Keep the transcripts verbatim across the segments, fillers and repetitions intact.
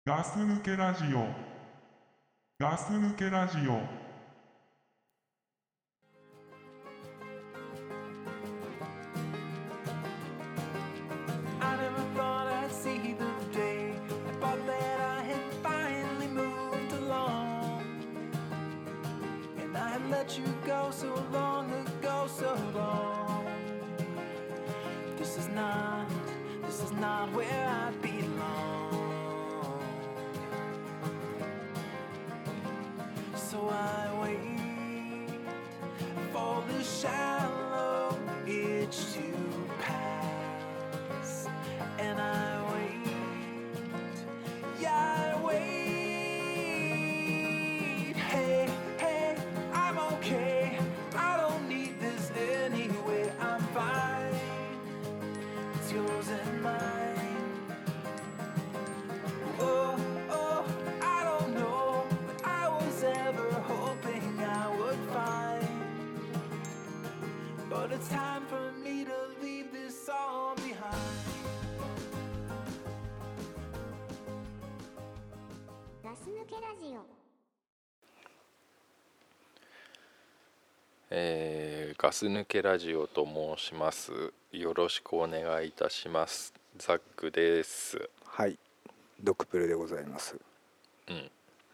ガス抜けラジオガス抜けラジオ I never thought I'd see the day. I thought that I had finally moved along, and I had let you go so long ago, so long. This is not, this is not where I belong. So I wait for the shallow itch to pass, and I wait, yeah, I wait. Hey, hey, I'm okay. I don't need this anyway. I'm fine. It's yours and mine. Oh, oh, I don't know what I was ever hoping I would find. But it's time for me to leave this all behind. ガス抜けラジオ。 えーガス抜けラジオと申します。よろしくお願いいたします。ザックです。 はい、ドクプルでございます。 うん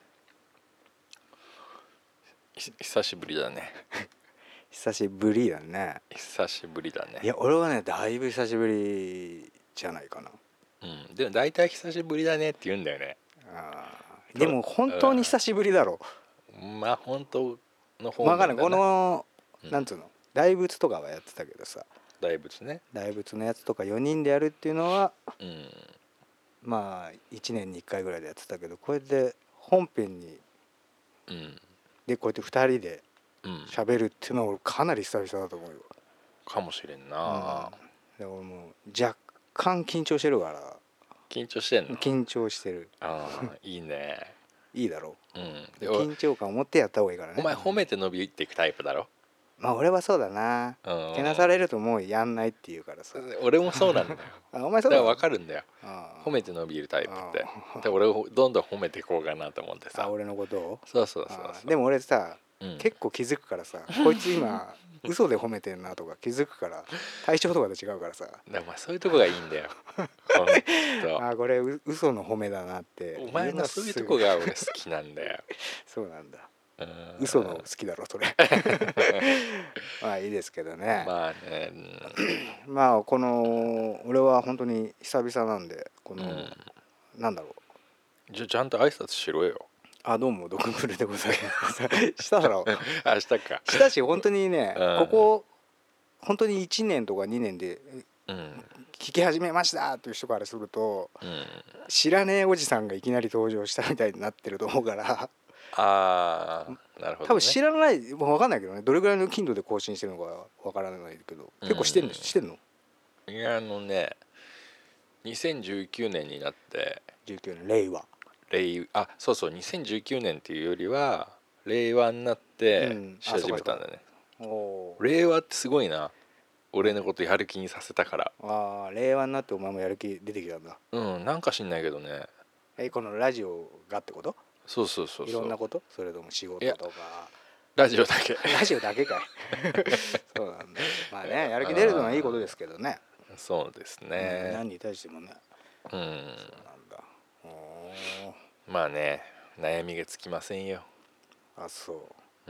ひ久しぶりだね久しぶりだね。 久しぶりだねいや、俺はね、だいぶ久しぶりじゃないかな。 うん、でも大体久しぶりだねって言うんだよね。 あーでも本当に久しぶりだろまあ本当のう。 方まあ、わかんない。この、 うんなんつうの、大仏とかはやってたけどさ、 大仏ね。 大仏のやつとかよにんでやるっていうのはうんまあいちねんにいっかいぐらいでやってたけど、これで本編にうんでこうやってふたりでうん喋るっていうのは俺かなり久々だと思うよ。 かもしれんな、 うん、で俺もう若干緊張してるから。 緊張してんの？ 緊張してる。 ああいいねいいだろうんう。 で緊張感を持ってやった方がいいからね。 お前褒めて伸びていくタイプだろ。 まあ俺はそうだな。 うんけなされるともうやんないって言うからさ。 俺もそうなんだよあ、お前そうだだから分かるんだよ。 あ褒めて伸びるタイプってあで俺をどんどん褒めていこうかなと思ってさ。 あ俺のことを。 そうそうそうあそうでも俺さ、 うん結構気づくからさ、こいつ今嘘で褒めてんなとか気づくから、対象とかと違うからさ、 だからまあそういうとこがいいんだよほんとあこれう嘘の褒めだなってお前のそういうとこが俺好きなんだよそうなんだ。 うん嘘の好きだろそれまあいいですけどね。 まあねまあこの俺は本当に久々なんで、この、 うんなんだろう、 じゃあちゃんと挨拶しろよ。 あどうもドクプルでございますしただろうあ明日かしたし本当にね、 うんここ本当にいちねんとかにねんでうん聞き始めましたっていう人からすると、 うん知らねえおじさんがいきなり登場したみたいになってると思うからああなるほど、ね、 多分知らないもう分かんないけどね、どれぐらいの頻度で更新してるのか分からないけど、結構してんの、 うんしてんのいやあのねにせんじゅうきゅうねんになってじゅうきゅうねん令和、 令あそうそうにせんじゅうきゅうねんっていうよりは令和になってうんし始めたんだね、 おー令和ってすごいな。俺のことやる気にさせたからあー令和になってお前もやる気出てきたんだ。 うんなんか知んないけどね。 えこのラジオがってこと？ そうそうそうそういろんなこと？それとも仕事いやとかラジオだけラジオだけかいそうなんだ。まあね、やる気出るのはいいことですけどね。 そうですうんね何に対してもね。 うんそうなんだ。おーまあね悩みがつきませんよ。 あそううん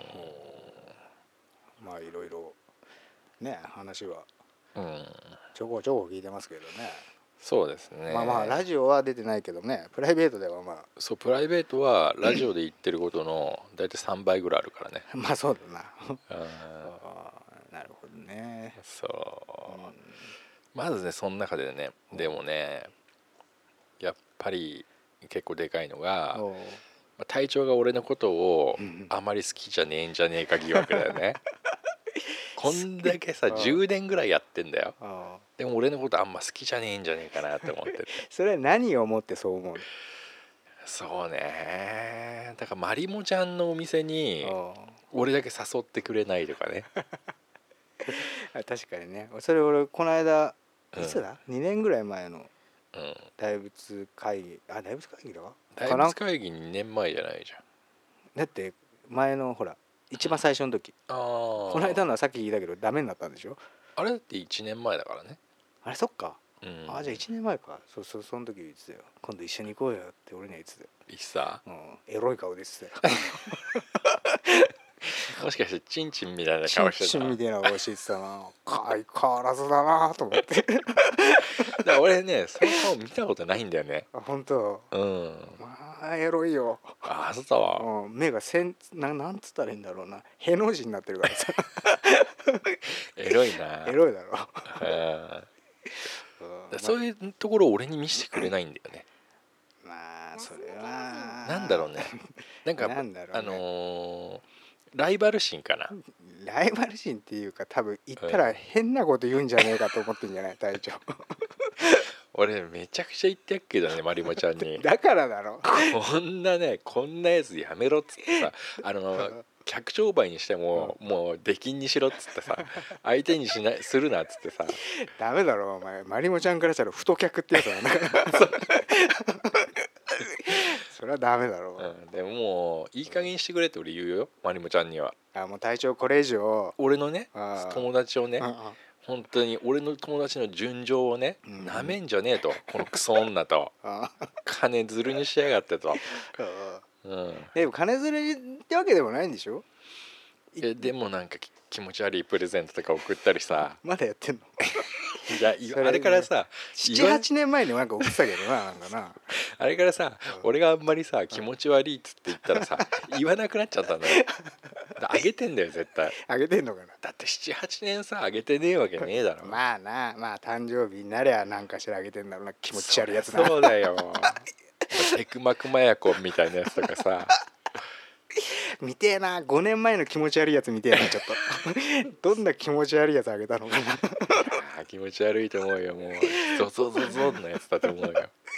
まあいろいろね話はうんちょこちょこ聞いてますけどね。 そうですね。 まあまあラジオは出てないけどね、プライベートではまあそうプライベートはラジオで言ってることのだいたいさんばいぐらいあるからねまあそうだなうんあーなるほどね。 そううんまずねその中でねでもねやっぱり結構でかいのがおうまあ隊長が俺のことをうんあまり好きじゃねえんじゃねえか疑惑だよねこんだけさああじゅうねんぐらいやってんだよ。 あーでも俺のことあんま好きじゃねえんじゃねえかなって思っててそれは何をもってそう思うそうねだからマリモちゃんのお店にの？ 俺だけ誘ってくれないとかねあ確かにね。それ俺この間うんいつだ、にねんぐらい前のうん大仏会議あ大仏会議だわ大かな仏会議にねんまえじゃないじゃん。 だって前のほら一番最初の時、 ああこの間のはさっき聞いたけどダメになったんでしょ。 あれだっていちねんまえだからね。 あれそっか、 うんあじゃあいちねんまえか。そうそうその時言ってたよ。今度一緒に行こうよって俺には言ってたよ。 いっさうん、エロい顔で言ってたよ。 もしかしてチンチンみたいなチン顔してた。 チンみたいな顔してたな。相変わらずだなと思って。 だから俺ねその顔見たことないんだよね。 あ本当。 うんまあエロいよ。 ああそうだわ。 うん、目がせんななんつったらいいんだろうな。への字になってるからさ。 エロいな。 エロいだろ。 うんだそういうところを俺に見せてくれないんだよね。 まあそれはなんだろうね。なんかなんだろうねあのーライバル心かな。 ライバル心っていうか多分言ったら変なこと言うんじゃねえかと思ってんじゃない隊長。 俺めちゃくちゃ言ってやっけどねまりもちゃんに。 だからだろ。 こんなねこんなやつやめろっつってさあの客商売にしてももう出禁にしろっつってさ相手にしないするなっつってさダメだろお前。マリモちゃんからしたら太客ってやつなんだから。それはダメだろ、 うん、でももういい加減にしてくれって俺言うよまりもちゃんには。 あもう隊長これ以上俺のねあー友達をねうんうん本当に俺の友達の純情をねうんなめんじゃねえとこのクソ女とあ金づるにしやがってと、 ーうん、 でも金づるってわけでもないんでしょ。 えでもなんかき気持ち悪いプレゼントとか送ったりさまだやってんの。 いやいそれあれからさ七八年前になんか送ってたけどななんかな。 あれからさ、 うん俺があんまりさ気持ち悪いっつって言ったらさ言わなくなっちゃったんだよ。だあげてんだよ絶対。 あげてんのかな。 だってななはちねんさあげてねえわけねえだろ。 まあなまあ誕生日になりゃなんかしらあげてんだろうな。気持ち悪いやつな。 そうだよ。テクマクマヤコンみたいなやつとかさ見てえな。ごねんまえの気持ち悪いやつ見てえなちょっと。どんな気持ち悪いやつあげたのかな。 あ気持ち悪いと思うよもうゾゾゾゾンのやつだと思うよ。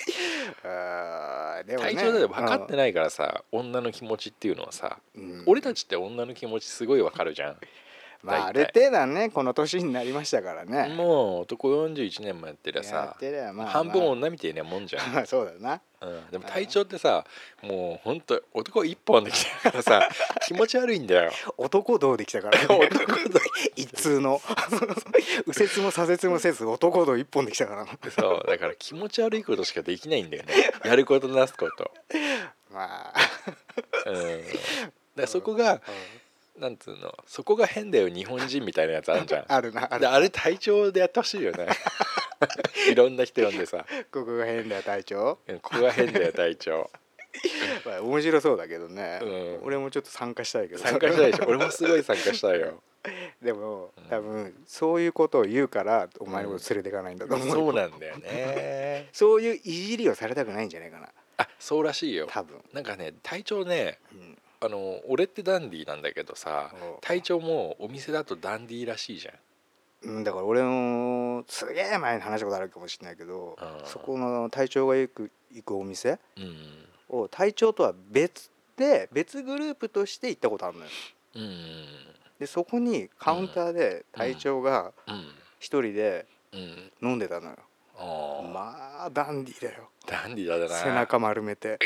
あーでもね体調だって分かってないからさ、女の気持ちっていうのはさ、 うん俺たちって女の気持ちすごい分かるじゃん。 まああ大体る程度はねこの年になりましたからね。 もう男よんじゅういちねんもやってりゃやさってりゃまあ半分ま女みたいなもんじゃん。 あそうだよな。 うん、でも体調ってさもうほんと男一本できてるからさ気持ち悪いんだよ。 男道できたから、ね、 男道一通の右折も左折もせず男道一本できたからな。 そうだから気持ち悪いことしかできないんだよねやることなすこと。 まあうん、だからそこがなんつうのそこが変だよ日本人みたいなやつあるじゃん。 あるなあるであれ体調でやってほしいよねいろんな人呼んでさここが変だよ隊長。 うんここが変だよ体調。 まあ面白そうだけどね、 うん俺もちょっと参加したいけど参加したいでしょ俺もすごい参加したいよ。 でも多分そういうことを言うからお前のこと連れていかないんだと思う、 そうなんだよね。 そういういじりをされたくないんじゃないかなあそうらしいよ。 多分、 なんかね体調ねうんあの俺ってダンディーなんだけどさおう体調もお店だとダンディーらしいじゃん。 うん、だから俺もすげえ前に話したことあるかもしれないけど、 うんそこの隊長が行く行くお店うんを隊長とは別で別グループとして行ったことあるのよ。 うんでそこにカウンターで隊長がうん一人でうん飲んでたのよ。 あーまあダンディーだよ。 ダンディーだな。 背中丸めて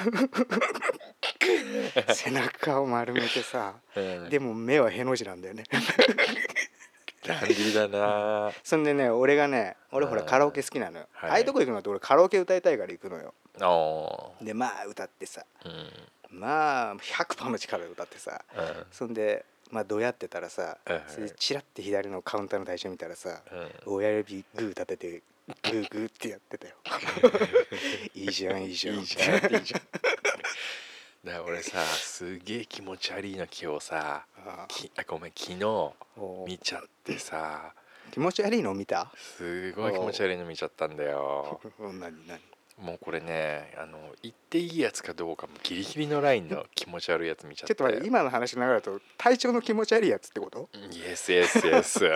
背中を丸めてさ、 うんでも目はへの字なんだよね。 ダンディーだな。 そんでね俺がね俺ほらうんカラオケ好きなのよ、 はいああいうとこ行くのって俺カラオケ歌いたいから行くのよ。 あでまあ歌ってさーうんまあ ひゃくパーセント の力で歌ってさうんそんでまあどうやってたらさはいはいそれでチラッて左のカウンターの対象見たらさうん親指グー立ててグーグーってやってたよ。いいじゃんいいじゃんいいじゃんいいじゃん。だから俺さすげえ気持ち悪いの今日さあきあごめん昨日おう見ちゃってさ気持ち悪いの見た？ すごい気持ち悪いの見ちゃったんだよ。 何何もうこれねあの言っていいやつかどうかもギリギリのラインの気持ち悪いやつ見ちゃっちょってと待って今の話の流れだと体調の気持ち悪いやつってこと？ イエスイエスイエス。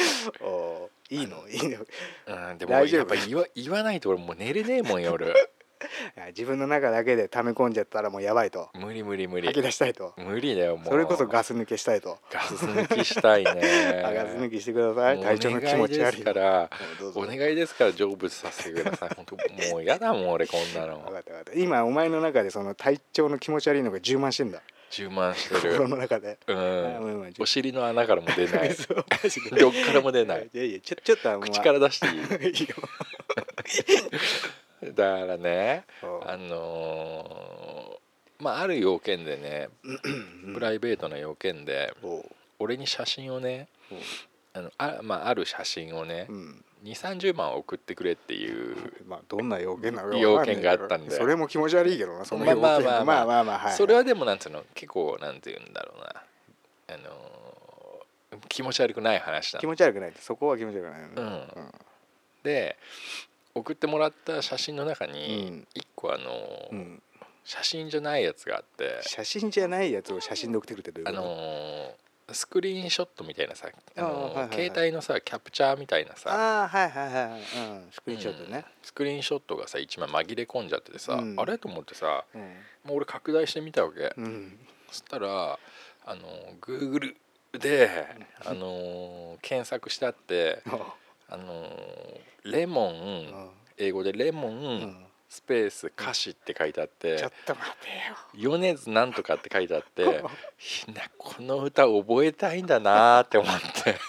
おいいのいいの。 うん、でも大丈夫やっぱ言わ言わないと俺もう寝れねえもん夜。 いや自分の中だけで溜め込んじゃったらもうやばいと、 無理無理無理吐き出したいと、 無理だよもう。 それこそガス抜けしたいと。 ガス抜きしたいねあガス抜きしてください。 もう体調の気持ち悪いお願いですからもうどうぞお願いですから成仏させてください本当もうやだもん俺こんなの分かった分かった。今お前の中でその体調の気持ち悪いのが充満してんだ、 充満して心るの中で。 うあんごめんごめんお尻の穴からも出ないそうマジでどっからも出ないいやいやちょちょっとはもう口から出していいいいよだからねうんあのーまあある要件でねプライベートな要件でおう俺に写真をねあの あ,、まあ、ある写真をねうんにじゅうさんじゅうまん送ってくれっていうまあどんな要件なのか要件があったんでそれも気持ち悪いけどなそのまあ要件まあまあまあまあまあはいそれはでもなんつうの結構なんて言うんだろうなあのー気持ち悪くない話なの。 気持ち悪くないってそこは気持ち悪くないよねうんで送ってもらった写真の中うにん一個あのーうん写真じゃないやつがあって写真じゃないやつを写真で送ってくるってどういうあこと？ のースクリーンショットみたいなさあのーあーはいはいはい携帯のさキャプチャーみたいなさああはいはいはいはい、うん、スクリーンショットね、 うんスクリーンショットがさ一枚紛れ込んじゃっててさ、 うんあれと思ってさうんもう俺拡大してみたわけ、 うんそしたらあの Google で、あの検索してあって、あのレモン英語でレモン、 うんスペース歌詞って書いてあってちょっと待てよ米津なんとかって書いてあってみんなこの歌覚えたいんだなって思って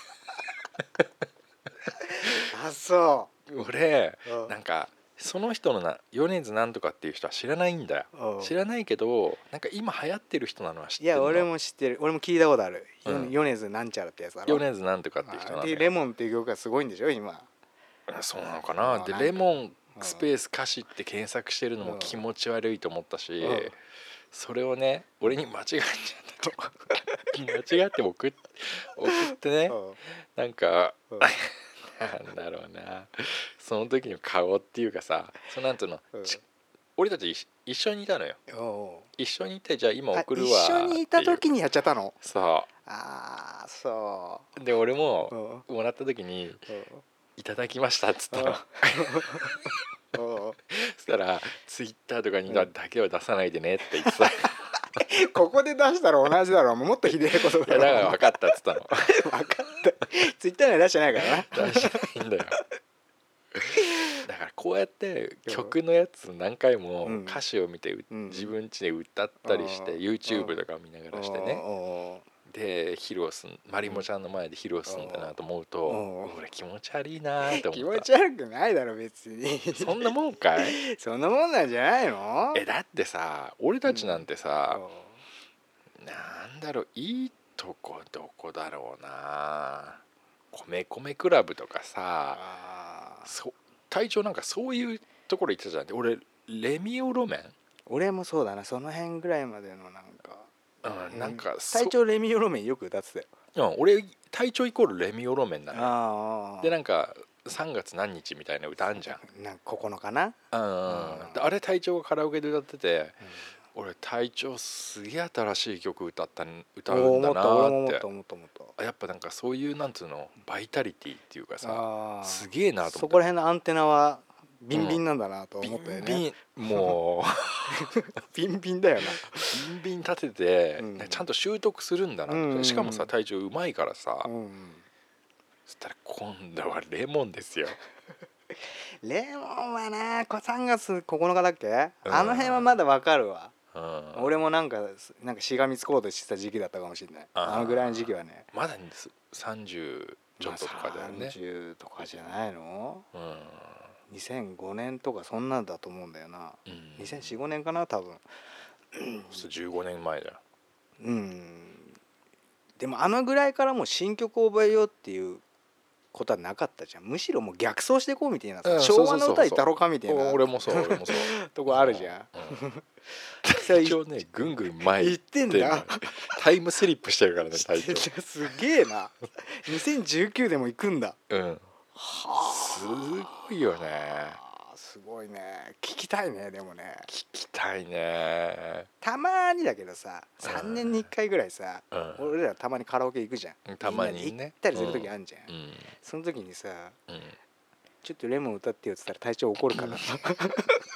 あそ俺うんなんかその人のな米津なんとかっていう人は知らないんだよう知らないけどなんか今流行ってる人なのは知ってるのいや俺も知ってる俺も聞いたことある、 うん米津なんちゃらってやつだろ米津なんとかっていう人なのよでレモンっていう曲がすごいんでしょ今そうなのかなでうんレモンスペース歌詞って検索してるのも気持ち悪いと思ったしうんそれをね俺に間違えちゃった間違って送っ送ってねなんかうんなんだろうなその時の顔っていうかさそのなんていうのうんち俺たち一一緒にいたのよおう一緒にいてじゃあ今あ送るわ一緒にいた時にやっちゃったのそああそうで俺もうんもらった時にう 「いただきました」っつったのんおうそしたらツイッターとかにだけは出さないでねって言ってたいここで出したら同じだろもっとひでえことだろやだから分かったっつったの分かったツイッターには出してないからな出してないんだよだからこうやって曲のやつ何回もうん歌詞を見てううん自分家で歌ったりしてうん YouTube とかを見ながらしてねおで披露すんマリモちゃんの前で披露すんだなと思うとうん俺気持ち悪いなってう気思った持ち悪くないだろ別にそんなもんかいそんなもんなんじゃないのえだってさ俺たちなんてさなんだろういいとこどこだろうな米米クラブとかさあーそ隊長なんかそういうところ行ってたじゃん。で俺レミオロメン、 俺もそうだなその辺ぐらいまでのなんかうん、なんかそ隊長レミオロメンよく歌ってたようん、俺隊長イコールレミオロメンなのよ。 あでなんかさんがつ何日みたいな歌あんじゃん。 なんかここのかな、 うん、 うんであれ隊長がカラオケで歌ってて、俺隊長すげえ新しい曲歌ったん歌うんだなーって思った俺も思った。思った思ったあやっぱなんかそういうなんつうのバイタリティっていうかさあーすげえなと思って。 そこら辺のアンテナはビンビンなんだなと思ったよね、 ビンビンもうビンビンだよなビンビン立てて、 うんちゃんと習得するんだなって、 うんしかもさ隊長うまいからさ、 うんそしたら今度はレモンですよ。 レモンはなこさんがつここのかだっけ、 うんあの辺はまだわかるわ、 うん、 俺もなんかなんかしがみつこうとしてた時期だったかもしれないあーあのぐらいの時期はねまださんじゅうちょっととかだよね。 さんじゅうとかじゃないのうんにせんごねんとかそんなんだと思うんだよな、 うんにせんよん、ごねんかな多分そうじゅうごねんまえだよ。 うんでもあのぐらいからもう新曲を覚えようっていうことはなかったじゃん。むしろもう逆走していこうみたいなさ、 うん昭和の歌いたろかみたいな俺もそう俺もそうとこあるじゃん、 うんそれ一応ねぐんぐん前言ってんだタイムスリップしてるからね隊長。 すげえなにせんじゅうきゅうでも行くんだうんすごいよね。 あーすごいね聞きたいね。でもね聞きたいね。 たまにだけどささんねんにいっかいぐらいさ、 うん俺らたまにカラオケ行くじゃん。 たまにねみんなで行ったりする時あるじゃん、 うんその時にさうんちょっとレモン歌ってよって言ったら隊長怒るから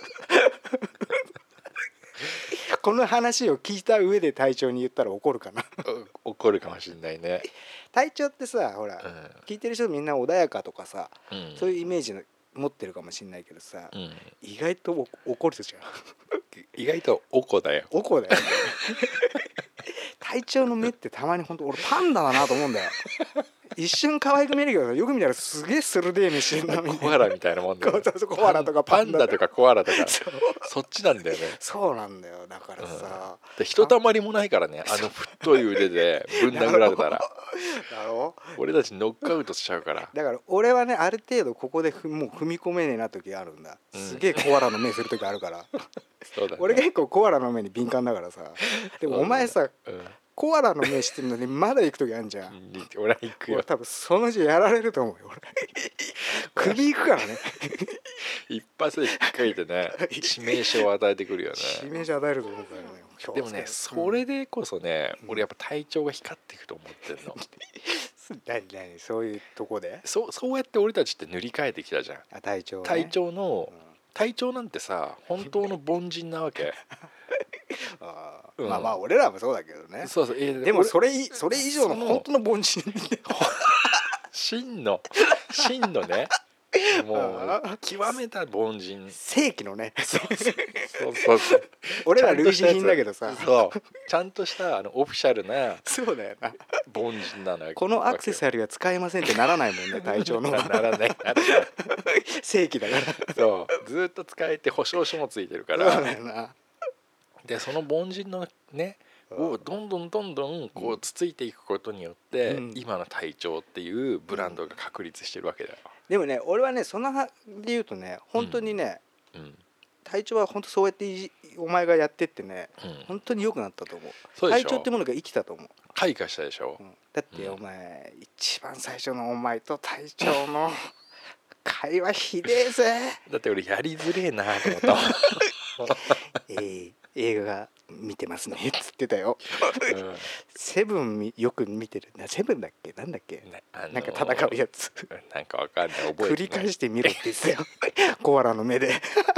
この話を聞いた上で隊長に言ったら怒るかな。 怒るかもしれないね。 隊長ってさほら、 うん、 聞いてる人みんな穏やかとかさ、 うん、 そういうイメージの持ってるかもしれないけどさ、 うん、 意外と怒るじゃん。 意外とおこだよ。 おこだよね。隊長の目ってたまに本当俺パンダだなと思うんだよ。一瞬可愛く見えるけどよく見たらすげえ鋭い目してるなみたいな。 コアラみたいなもんだよ、ね、 コアラとかパンダとかコアラとか そ, そっちなんだよね。 そうなんだよだからさ、 うん、でひとたまりもないからねあの太い腕でぶん殴られたらだろ俺たちノックアウトしちゃうから。 だから俺はねある程度ここでふもう踏み込めねえな時あるんだ、うん、すげえコアラの目する時あるからそうだ、ね、 俺結構コアラの目に敏感だからさ。でもお前さ、うん、コアラの目してるのにまだ行く時あるじゃん。 俺は行くよ。 俺多分そのうちやられると思うよ俺。首行くからね。 一発で引っかいてね致命傷を与えてくるよね。 致命傷与えると思うからね。 でもねそれでこそね、うん、俺やっぱ体調が光っていくと思ってんの。 何何そういうとこでそう、そうやって俺たちって塗り替えてきたじゃん。 あ体調、ね、 体調の、うん、体調なんてさ本当の凡人なわけ。 あ、うん、まあまあ俺らもそうだけどね。 そうそう、えー、 でもそれそれ以上の本当の凡人。 真の真のねもう極めた凡人。 正規のね。 そうそうそう。 俺ら類似品だけどさ。 そうちゃんとしたあのオフィシャルな。 そうだよな。 凡人なのよ。 このアクセサリーは使えませんってならないもんね体調の。 ならないならない。 正規だから。 そうずっと使えて保証書もついてるから。 そうだよな。 でその凡人のねをどんどんどんどんこうつついていくことによって、うん、今の体調っていうブランドが確立してるわけだよ。 でもね俺はねそので言うとね本当にね、うんうん、体調は本当そうやってお前がやってってね、うん、本当に良くなったと思う。 そうでしょ。 体調ってものが生きたと思う。 開花したでしょ、 うん、だってお前、うん、一番最初のお前と体調の会話ひでえぜ。 だって俺やりづれえなと思ったえー、映画見てますねっつってたよ、うん、セブンよく見てるな。セブンだっけなんだっけ、ねあのー、なんか戦うやつなんかわかんない覚えてない。 繰り返してみろって言ってたよコアラの目で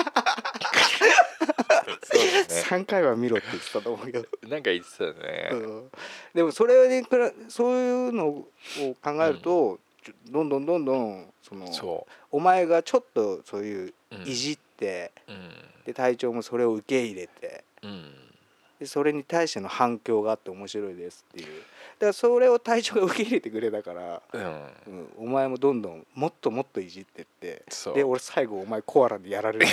そうだね、さんかいは見ろって言ってたと思うけどなんか言ってたよね、うん、 でもそれでそういうのを考えると、うん、どんどんどんどんそのそうお前がちょっとそういういじって、うんうん、で隊長もそれを受け入れて、うん、でそれに対しての反響があって面白いですっていう。だからそれを隊長が受け入れてくれたから、うんうん、お前もどんどんもっともっといじってってで俺最後お前コアラでやられる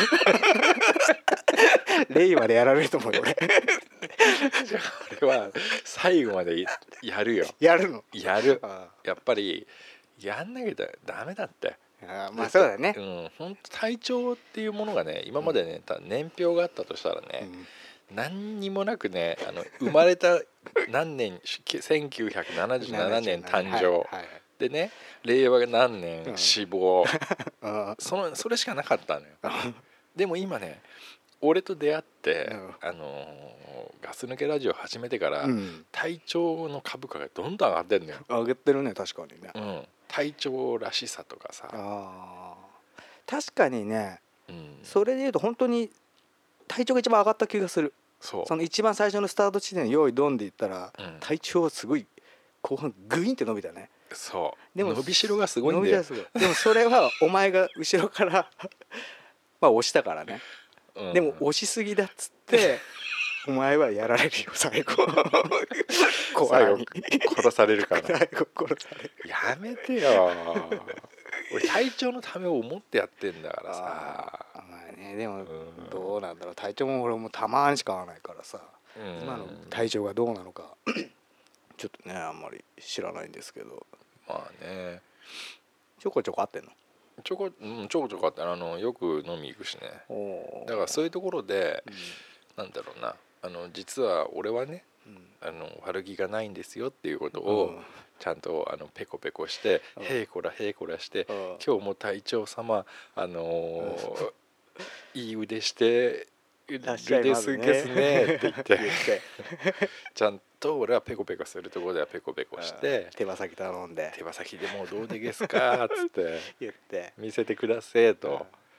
令和でやられると思うよ俺じゃあ俺は最後までやるよ。 やるのやる。やっぱりやんなきゃダメだって。 あまあそうだね。 うん、本当体調っていうものがね今までね、うん、年表があったとしたらね、うん、何にもなくねあの生まれた何年せんきゅうひゃくななじゅうななねん誕生、はいはい、でね令和何年、うん、死亡そのそれしかなかったのよでも今ね俺と出会って、うん、あのー、ガス抜けラジオ始めてから、うん、体調の株価がどんどん上がってんのよ。 上がってるね確かにね、 うん、体調らしさとかさあ確かにね、うん、それでいうと本当に体調が一番上がった気がする。そうその一番最初のスタート地点で用意ドンで言ったら、うん、体調はすごい後半グインって伸びたね。 そうでも伸びしろがすごいんだよ。 でもそれはお前が後ろからまあ押したからね、うん、でも押しすぎだっつってお前はやられるよ最後最後殺されるから最後殺される。 やめてよ俺体調のためを思ってやってんだからさ。 あまあねでもどうなんだろう体調も俺もたまにしか会わないからさ、うん、今の体調がどうなのかちょっとねあんまり知らないんですけど。 まあねちょこちょこ会ってんのちょこ、うん、ちょこちょこあってあのよく飲み行くしね。だからそういうところで、うん、なんだろうなあの実は俺はね、うん、あの悪気がないんですよっていうことをちゃんとあのペコペコして「へいこらへいこらして今日も隊長様あのー、いい腕してるですですね」って言ってちゃんと俺はペコペコするところではペコペコして手羽先頼んで手羽先でもうどうでげすかっつって言って見せてくだせえと。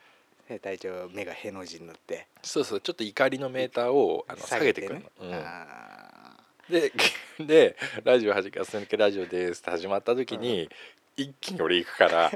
隊長目がへの字になってそうそうちょっと怒りのメーターをあの下げてくるの、 ねうん、 あででラジオはじガス抜けラジオですって始まった時に、うん、一気に俺行くから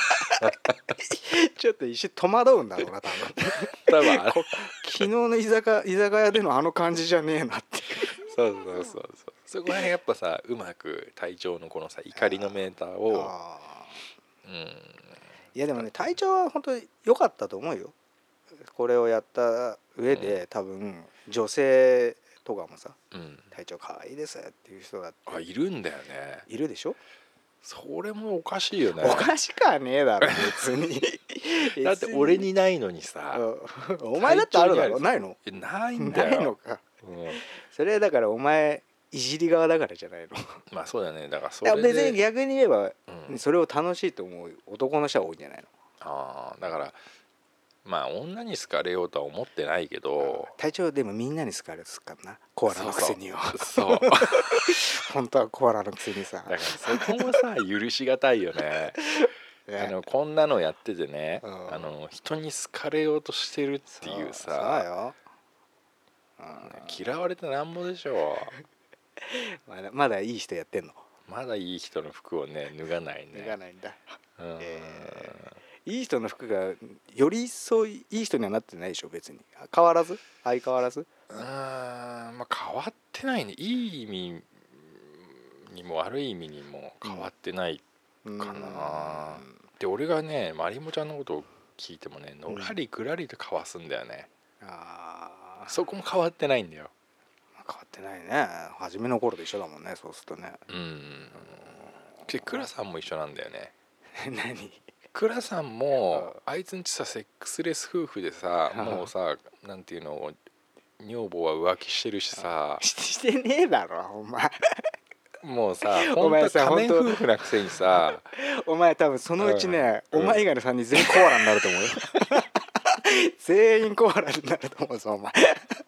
ちょっと一瞬戸惑うんだろうな多分多分昨日の居酒屋居酒屋でのあの感じじゃねえなってそうそうそうそうそこら辺やっぱさうまく隊長のこのさ怒りのメーターをうん、 いやでもね隊長は本当に良かったと思うよ。これをやった上で、うん、多分女性とかもさ、うん、隊長可愛いですっていう人だってあいるんだよね。 いるでしょ。 それもおかしいよね。 おかしくはねえだろ別にだって俺にないのにさお前だってあるだろ。ないのないんだよ。 ないのか、うん、それだからお前いじり側だからじゃないのまあそうだね。だからそれで別に逆に言えば、うん、それを楽しいと思う男の人は多いんじゃないの。 ああだからまあ女に好かれようとは思ってないけど隊長でもみんなに好かれるっすからなコアラのくせにはそう本当はコアラのくせにさだからそこもさ許しがたいよねあのこんなのやっててね、うん、あの人に好かれようとしてるっていうさそうよ、 うん、嫌われてなんぼでしょまだまだいい人やってんの。 まだいい人の服をね脱がないね。 脱がないんだ、 うん、 えー、いい人の服がより一層いい人にはなってないでしょ別に。変わらず相変わらずうーんまあ変わってないね。いい意味にも悪い意味にも変わってないかな、うん、で俺がねまりもちゃんのことを聞いてもねのらりくらりとかわすんだよね、 うん、あそこも変わってないんだよ。 変わってないね。初めの頃と一緒だもんねそうするとね。 うんで倉さんも一緒なんだよね何倉さんもあいつんちさセックスレス夫婦でさもうさなんていうの女房は浮気してるしさしてねえだろお前もうさほんと仮面夫婦なくせにさお前多分そのうちね、うん、お前以外のさんにん全員コアラになると思うよ全員コアラになると思うぞお前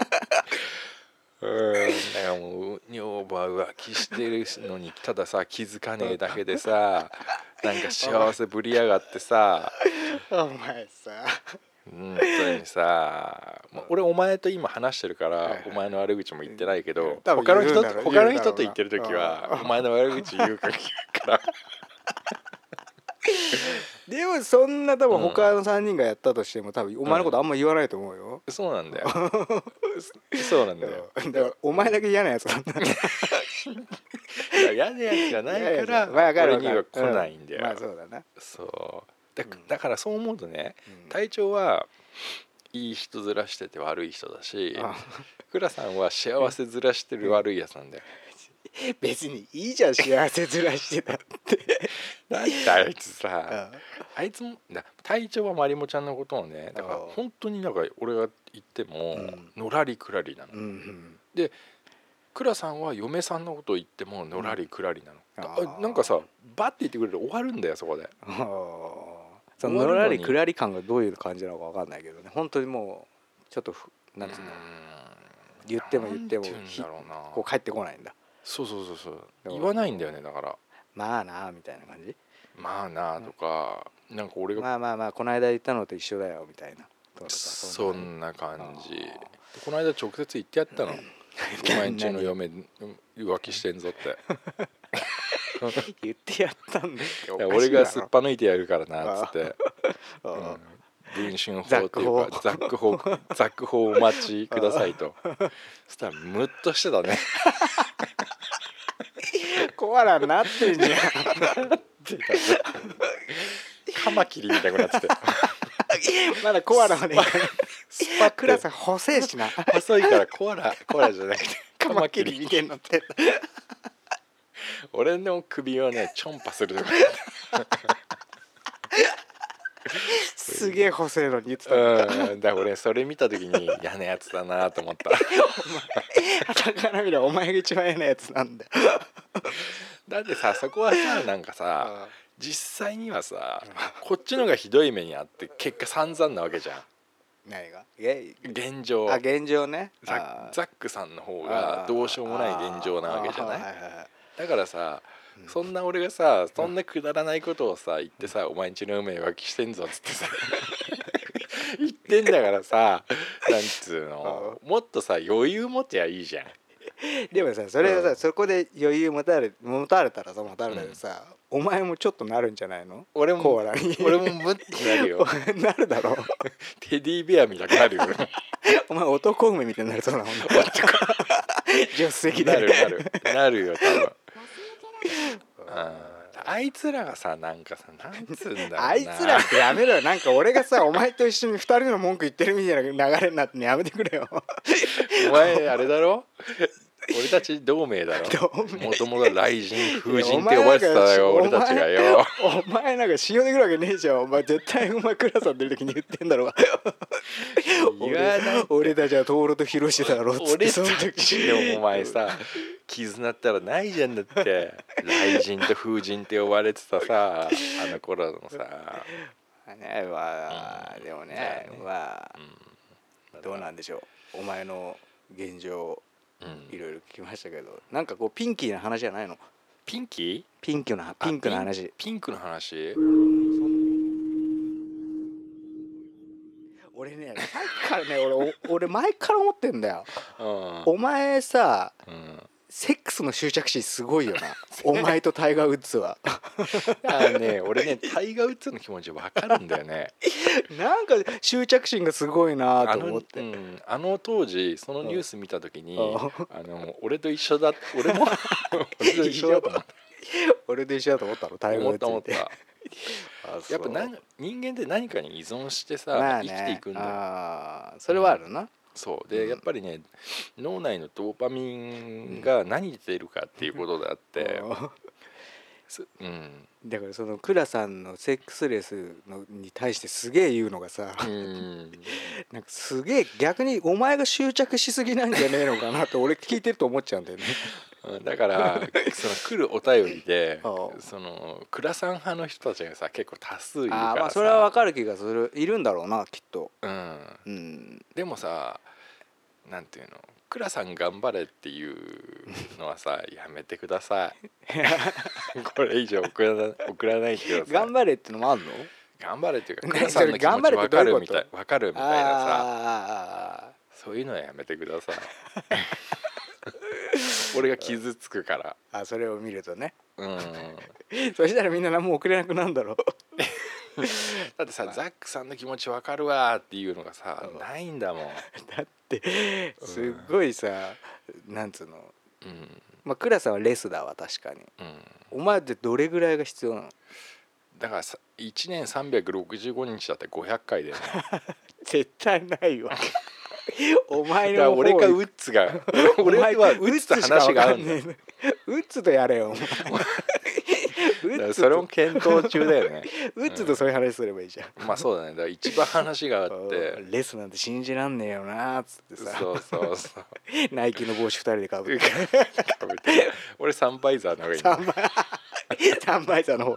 うんだからもう女房は浮気してるのにたださ気づかねえだけでさなんか幸せぶりやがってさお前さ本当にさ俺お前と今話してるからお前の悪口も言ってないけど他の人と他の人と言ってる時はお前の悪口言うからでもそんな多分他のさんにんがやったとしても多分お前のことあんま言わないと思うよ、 うん、そうなんだよそうなんだよだからお前だけ嫌なやつなんだ嫌なやつじゃないから俺には来ないんだよ、 うん、まあそうだなそうだ, だからそう思うとね、うん、隊長はいい人ずらしてて悪い人だし倉さんは幸せずらしてる悪いやつなんだよ別にいいじゃん幸せずらしてたってだってあいつさあいつも隊長はまりもちゃんのことをねだから本当になんか俺が言ってものらりくらりなの、うんうん、で倉さんは嫁さんのことを言ってものらりくらりなの、うん、なんかさバッて言ってくれると終わるんだよそこで。 そののらりくらり感がどういう感じなのか分かんないけどね本当にもうちょっとなんていうの言っても言ってもこう帰ってこないんだ。 そうそうそうそう言わないんだよねだからまあなあみたいな感じまあなあとか、うん、なんか俺がまあまあまあこの間言ったのと一緒だよみたいなそんな感じこの間直接言ってやったのお前んちの嫁浮気してんぞって言ってやったんだよ俺がすっぱ抜いてやるからなっつって、うん、文春法っていうかザック法ザック法お待ちくださいとそしたらムッとしてたねコアラになってんじゃんカマキリみたいになっててまだコアラはねスパクラス細いしな細いからコアラコアラじゃなくてカマキリみたいになって俺の首をねチョンパするすげえ細いのに言ってたうんだから俺それ見た時に嫌なやつだなと思ったお前傍から見ればお前が一番嫌なやつなんだよだってさそこはさなんかさ実際にはさこっちのがひどい目にあって結果散々なわけじゃん。 何が現状あ現状ねザックさんの方がどうしようもない現状なわけじゃない。だからさそんな俺がさそんなくだらないことをさ言ってさお前んちの梅浮気してんぞっつってさってんだからさなんつうのもっとさ余裕持てばいいじゃん。 でもさそれはさ、 うん、 そこで余裕持たれ持たれたらさ持たれたらさ、うん、お前もちょっとなるんじゃないの？ 俺もコーラに俺もムッてなるよなるだろうテディベアみたいになるよお前男梅みたいになりそうなもんな助手席でなるなるなるよ多分ああいつらがさなんかさなんつうんだろうなあいつらってやめろよ。なんか俺がさお前と一緒にふたりの文句言ってるみたいな流れになってやめてくれよお前あれだろ俺たち同盟だろ。 同盟もともと雷神風神って呼ばれてたよ俺たちがよ。 お前なんか信用できるわけねえじゃん。お前絶対お前クラさん出る時に言ってんだろうが俺, 俺たちはトールとヒロシだろっつって俺その時でもお前さ絆ったらないじゃんだって雷神と風神って呼ばれてたさあの頃のさねまあ、うん、でもね、ねまあ、 うん、 どうなんでしょうお前の現状いろいろ聞きましたけど、なんかこうピンキーな話じゃないの？ ピンキー？ ピンクなピンクの話。 ピンクの話？ 俺ね、さっきからね、俺俺前から思ってんだよ。 うん、 お前さ、 うん、 セックスの執着心すごいよな。お前とタイガー・ウッズは。 あのね、俺ねタイガー・ウッズの気持ち分かるんだよね。 なんか執着心がすごいなと思って。 あの、うん、あの当時そのニュース見た時に、うん、あの俺と一緒だ俺も俺と一緒だと思った。 俺と一緒だと思ったの？タイガー・ウッズ思った思った。やっぱなん人間って何かに依存してさ、 まあね、 生きていくんだよ。 あそれはあるな。うん、 そうで、うん、やっぱりね脳内のドーパミンが何で出るかっていうことであって、うん、 だからそのクラさんのセックスレスのに対してすげえ言うのがさ、うん、なんかすげえ逆にお前が執着しすぎなんじゃねえのかなって俺聞いてると思っちゃうんだよね。 だからその来るお便りでそのクラさん派の人たちがさ結構多数いるからさ、 あまあそれは分かる気がする。いるんだろうなきっと、 うんうん、 でもさなんていうのクラさん頑張れっていうのはさやめてくださいこれ以上送らな送らないでください。 頑張れってのもあんの？ 頑張れっていうかクラさんの気持ち分かるみたい分かるみたいなさそういうのはやめてください俺が傷つくからあそれを見るとね、 うん、 そしたらみんな何も送れなくなるんだろうだってさザックさんの気持ち分かるわっていうのがさ、うん、ないんだもん。 だってすっごいさ、うん、なんつうの、 うんまあ、クラさんはレスだわ確かに、うん、お前ってどれぐらいが必要なの？ だからさいちねんさんびゃくろくじゅうごにちだってごひゃっかいだよね絶対ないわお前の方俺かウッズが俺はウッズと話が合うんだよウッズとやれよそれも検討中だよねウッズとそういう話すればいいじゃん、 うん、まあそうだね。だから一番話があってレスなんて信じらんねえよなっつってさそうそうそうナイキの帽子ふたりでかぶって俺サンバイザーの方がいいサンバサンバイザーの方、うん、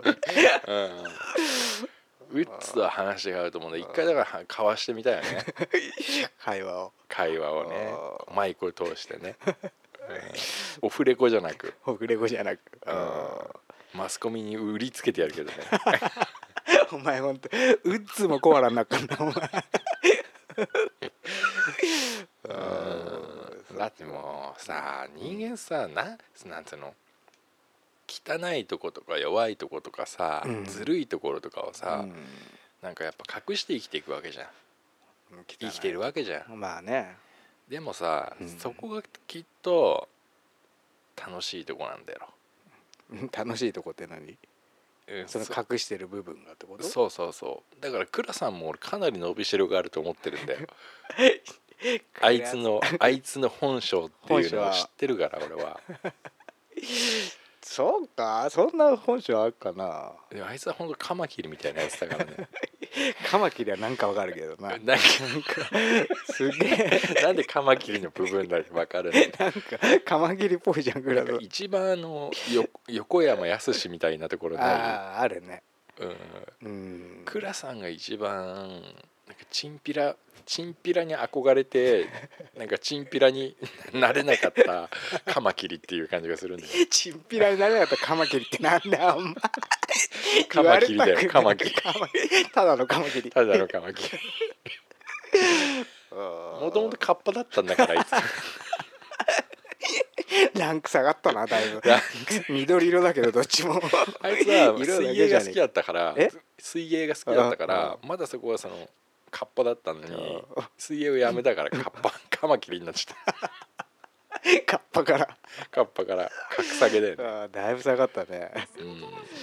ウッズは話があると思うんで一回だから交わしてみたいよね会話を会話をねマイクを通してね、うん、オフレコじゃなくオフレコじゃなく、 うん、マスコミに売りつけてやるけどねお前ほんとウッズもコアラになったんだお前うんだってもうさ人間さななんていうの汚いとことか弱いとことかさ、うん、ずるいところとかをさ、うん、なんかやっぱ隠して生きていくわけじゃん。生きてるわけじゃん。 まあね。 でもさ、うん、そこがきっと楽しいとこなんだよ。 楽しいとこって何？うん、その隠してる部分がってこと？ そうそうそう。だからクラさんも俺かなり伸びしろがあると思ってるんだよ。あいつのあいつの本性っていうのを知ってるから俺は。 そうか、そんな本性あるかな。 でもあいつは本当カマキリみたいなやつだからね。 カマキリはなんかわかるけどな。なんかすげえ。なんでカマキリの部分だけわかるの？ なんかカマキリっぽいじゃんぐらい。 一番あのよ横山やすしみたいなところない。 あああるね。 うん。うん。クラさんが一番なんかチンピラチンピラに憧れてなんかチンピラになれなかったカマキリっていう感じがするんだよ。 チンピラになれなかったカマキリってなんだよお前。 カマキリだよカマキリ。 ただのカマキリ。 ただのカマキリ。 もともとカッパだったんだからあいつランク下がったなだいぶ緑色だけどどっちもあいつは水泳が好きだったから水泳が好きだったからまだそこはそのカッパだったのに水泳をやめたからカッパカマキリになっちゃったカッパからカッパから格下げで、ね、 あだいぶ下がったね、 うん、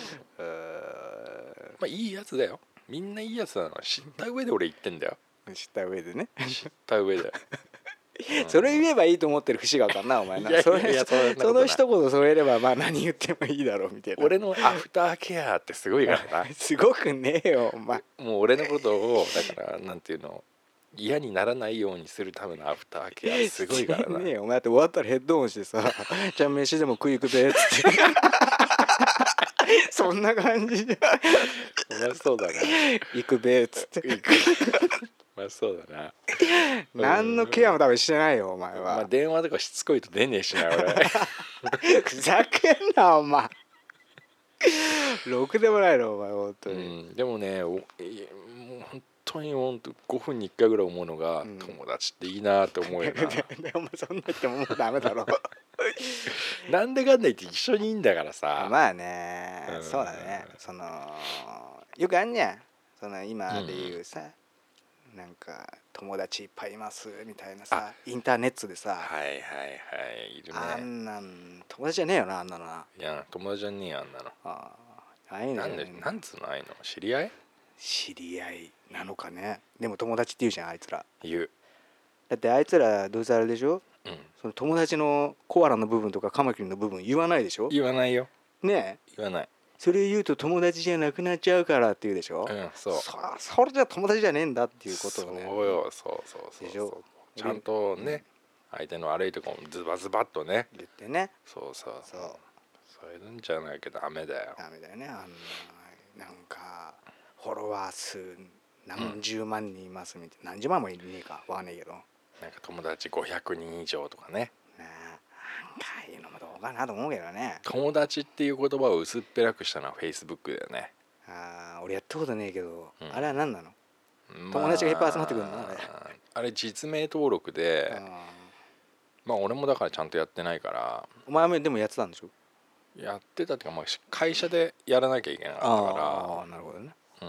まあいいやつだよみんないいやつなの知った上で俺言ってんだよ知った上でね知った上でうん、それ言えばいいと思ってる節が分かんなお前な。いやいやいやそれその一言添えればまあ何言ってもいいだろうみたいな。 俺のアフターケアってすごいからなすごくねえよお前。 もう俺のことをだからなんていうの嫌にならないようにするためのアフターケアすごいからな。 ねえお前だって終わったらヘッドホンしてさじゃあ飯でも食い行くべっつってそんな感じじゃん。まあそうだな行くべっつって行くまあそうだな何のケアも多分してないよお前は、 まあ、電話とかしつこいと出ねえしな俺ふざけんなお前ろくでもないのお前本当に、 うん、でもねおもう本当に本当ごふんにいっかいぐらい思うのが、うん、友達っていいなって思うよなでお前そんな言ってももうダメだろなんでかんだ言って一緒にいいんだからさまあね、うん、そうだねそのよくあんにゃんその今で言うさ、うんなんか友達いっぱいいますみたいなさインターネットでさはいはいはいいるねあんなん友達じゃねえよなあんなのないや友達じゃねえよあんなのあああいうのなんでなんつうのああいうの知り合い知り合いなのかねでも友達って言うじゃんあいつら言うだってあいつらどうせあれでしょ、 うん、 その友達のコアラの部分とかカマキリの部分言わないでしょ言わないよねえ言わないそれ言うと友達じゃなくなっちゃうからって言うでしょ、 うん、そうそ, それじゃ友達じゃねえんだっていうことをねそうよそうそうそうそうちゃんとね、うん、相手の悪いところもズバズバっとね言ってねそうそうそうそういうんじゃないけどダメだよダメだよねあんななんかフォロワー数何十万人いますみたいな、うん、何十万もいねえかわかんないけどなんか友達ごひゃくにん以上とかねねなんかいうのもどうかなと思うけどね友達っていう言葉を薄っぺらくしたのは Facebook だよねあ俺やったことねえけど、うん、あれは何なの、 まあ、 友達がいっぱい集まってくるのあれあれ実名登録でまあ俺もだからちゃんとやってないからお前もでもやってたんでしょやってたっていうか、まあ、会社でやらなきゃいけなかったからああなるほどね、うん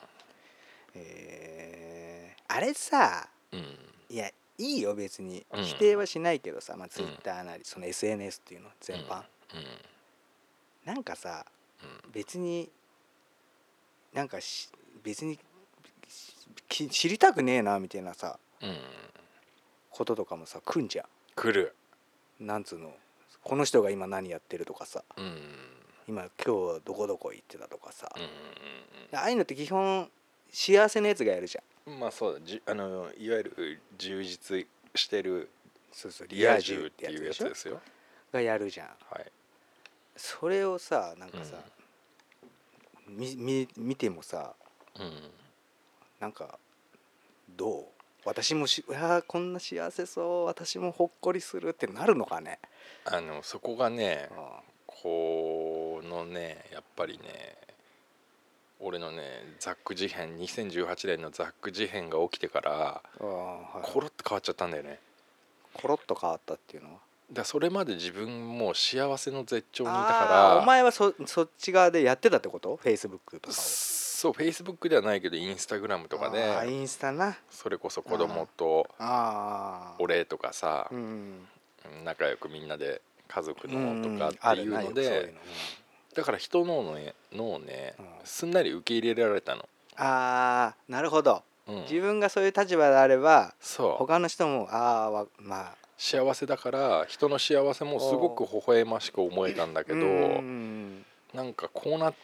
えー、あれさ、うん、いやいいよ別に、うん、否定はしないけどさ、まあ、Twitter なり、うん、その エスエヌエス っていうの全般、うんうん、なんかさ、うん、別になんかし別に知りたくねえなみたいなさ、うん、こととかもさ来んじゃん来るなんつうのこの人が今何やってるとかさ、うん、今今日どこどこ行ってたとかさ、うんうんうん、ああいうのって基本幸せなやつがやるじゃんまあそうだじあのいわゆる充実してるそうそうリア充っていうやつですよがやるじゃん、 はい、 それをさなんかさ、うん、みみ見てもさ、うん、なんかどう私もしあこんな幸せそう私もほっこりするってなるのかねあのそこがね、うん、このねやっぱりね俺のねザック事変にせんじゅうはちねんのザック事変が起きてから、はい、コロッと変わっちゃったんだよねコロッと変わったっていうのはだそれまで自分も幸せの絶頂にいたからお前は そ, そっち側でやってたってこと Facebook とかをそう Facebook ではないけどインスタグラムとかであインスタなそれこそ子供とお礼とかさ、うん、仲良くみんなで家族のとかっていうのでだから人のをねのをね、うん、すんなり受け入れられたのあーなるほど、うん、自分がそういう立場であればそう他の人もああまあ幸せだから人の幸せもすごく微笑ましく思えたんだけどなんかこうなって、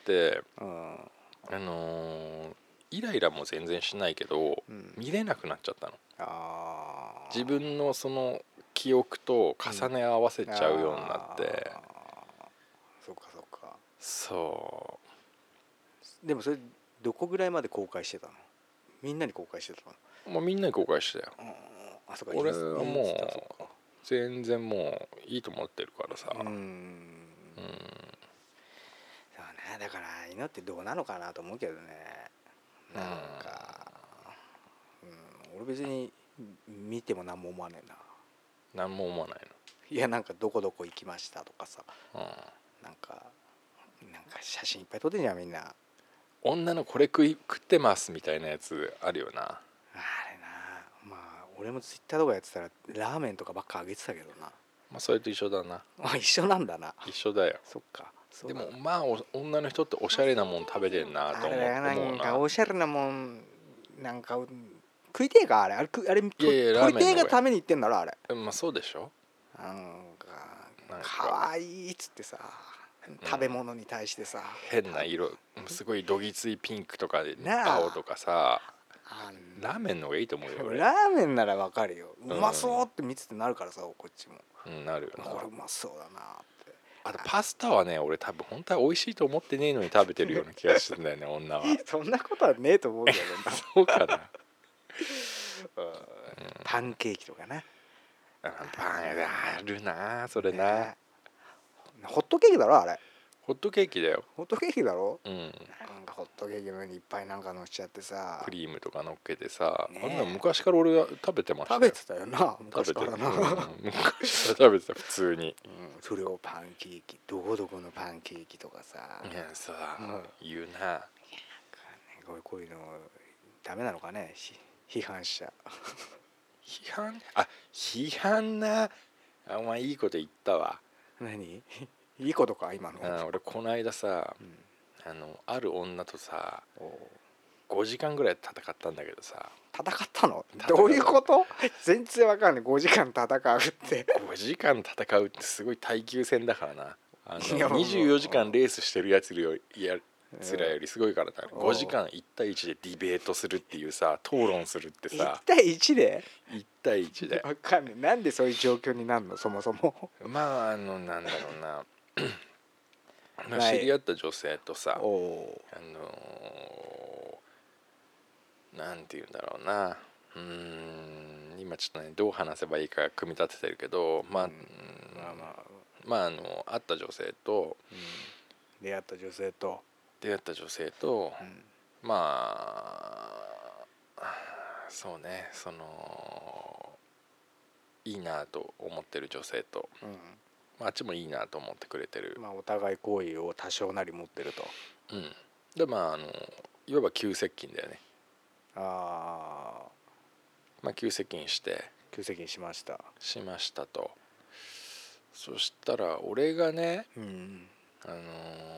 うんあのー、イライラも全然しないけど、うん、見れなくなっちゃったのあ自分のその記憶と重ね合わせちゃうようになって、うん、 そうかそうかそうでもそれどこぐらいまで公開してたのみんなに公開してたのもうみんなに公開してたよ、うん、あそこ俺はもう全然もういいと思ってるからさうんうんそうねだからああいうのってどうなのかなと思うけどねなんか、うん、俺別に見ても何も思わねえな。 何も思わないの。 いやなんかどこどこ行きましたとかさ、 うん、 なんかなんか写真いっぱい撮ってんじゃんみんな。 女のこれ食い食ってますみたいなやつあるよな。 あれな、まあ俺もツイッターとかやってたらラーメンとかばっかあげてたけどな。 まあそれと一緒だな。 あ一緒なんだな。 一緒だよ。 そっか。 でもまあ女の人っておしゃれなもん食べてんなと思う。 あれなんかおな。 しゃれなもんなんか食いてえかあれあれあれいやいや食いてえがために言ってんだろあれ。 まあそうでしょ。 なんかなんかかわいいっつってさ、食べ物に対してさ、 変な色すごいどぎついピンクとかでなあ青とかさ、 あんラーメンの方がいいと思うよ俺。 ラーメンならわかるよ。うまそうって見ててなるからさこっちも。 うんなるよな。 これうまそうだなって。 あとパスタはね俺多分本当は美味しいと思ってねえのに食べてるような気がするんだよね女は。 そんなことはねえと思うけどな。 そうかな。 パンケーキとかね。 パンあるなそれな。 ホットケーキだろあれ。 ホットケーキだよ。 ホットケーキだろ。 うん。 なんかホットケーキの上にいっぱいなんか乗っちゃってさ。 クリームとか乗っけてさ、 ねあんな昔から俺が食べてましたよ。 食べてたよな昔からな。 うん昔から食べてた普通に。 うん、それをパンケーキどこどこのパンケーキとかさ。 いやさ、 うん言うな。 こういうこういうのダメなのかね批判しちゃう。 批判あ批判な。あお前いいこと言ったわ。 何いいことか今の。 あ俺この間さ、 うん、 あのある女とさおごじかんぐらい戦ったんだけどさ。 戦ったの戦うどういうこと全然わかんない。ごじかん戦うってごじかん戦うってすごい耐久戦だからな。あいやのにじゅうよじかんレースしてるやつよりやつらよりすごいからな。ごじかんいち対いちでディベートするっていうさ討論するっていちさ対いちでいち対いちでわかんない。なんでそういう状況になるのそもそも。 まああのなんだろうなまあはい知り合った女性とさ、 おあのー、なんて言うんだろうな、うーん今ちょっとねどう話せばいいか組み立ててるけど、まあ、うん、 まあまあ、 まああの会った女性と、 うん、出会った女性と、 出会った女性と、 うん、 まあそうねそのいいなと思ってる女性と、 うんまあ、あっちもいいなと思ってくれてる、 まあお互い好意を多少なり持ってると。 うん、でまああのいわば急接近だよね。 ああまあ急接近して急接近しましたしましたと。そしたら俺がね、 うんあのー、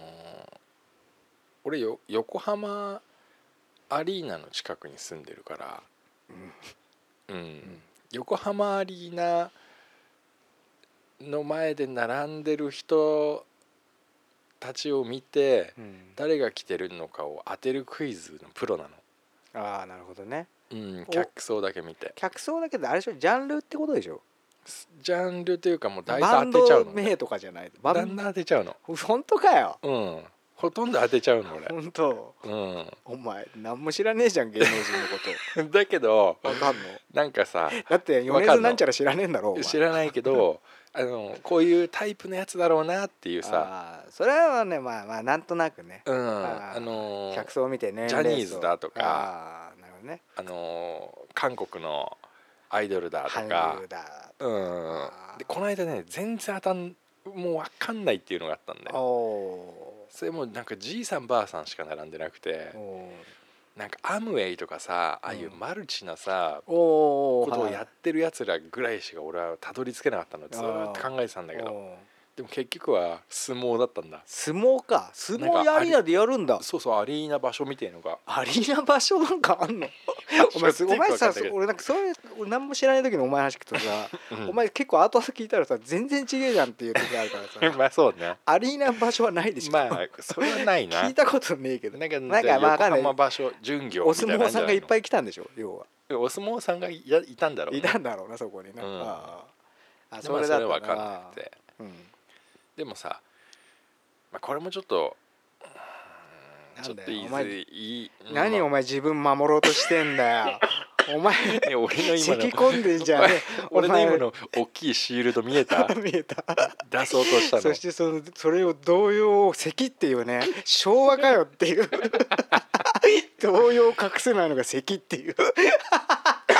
俺よ横浜アリーナの近くに住んでるから、うん、うん、横浜アリーナの前で並んでる人たちを見て、 うん、 誰が来てるのかを当てるクイズのプロなの。 ああなるほどね。 うん、客層だけ見て。 客層だけどあれでしょジャンルってことでしょ。 ジャンルというかもう大バン体当てちゃうの。 ド名とかじゃないだんだん当てちゃうの。 本当かよ。 うんほとんど当てちゃうの俺。 本当。 うんお前何も知らねえじゃん芸能人のこだけどとわかんの。 なんかさだって米津なんちゃら知らねえんだろお前。 知らないけどあのこういうタイプのやつだろうなっていうさあそれはねまあまあなんとなくね、 うんああの客層を見てねジャニーズだとかあなるほどねあの韓国のアイドルだと韓か流だうんでこの間ね全然当たんもう分かんないっていうのがあったんだよ。 おそれもなんかじいさんばあさんしか並んでなくておなんかアムウェイとかさああいうマルチなさ、 おおことをやってるやつらぐらいしか俺はたどり着けなかったのずーっと考えてたんだけどでも結局は相撲だったんだ。 相撲か相撲やアリーナでやるんだ。 そうそうアリーナ場所みたいのがアリーナ場所なんかあんのお前すごいお前さ俺なんかそういう俺何も知らない時のお前話聞くとさ、うん、お前結構後々聞いたらさ全然違えじゃんっていう時あるからさまあそうねアリーナ場所はないでしょ。 まあそれはないな聞いたことねえけどなんかなんかまあ横浜場所巡業お相撲さんがいっぱい来たんでしょ要は。 お相撲さんが い, やいたんだろう、ね、 いたんだろうなそこにね、 うん、 ああそれだったな、まあ、それは分かんなくて、 うん、 でもさ、まあ、これもちょっとちょっと言いづいい何お前自分守ろうとしてんだよお前俺の今の咳込んでんじゃん俺の今の大きいシールド見えた見えた出そうとしたの。 そしてそのそれを動揺を咳っていうね昭和かよっていう動揺を隠せないのが咳っていう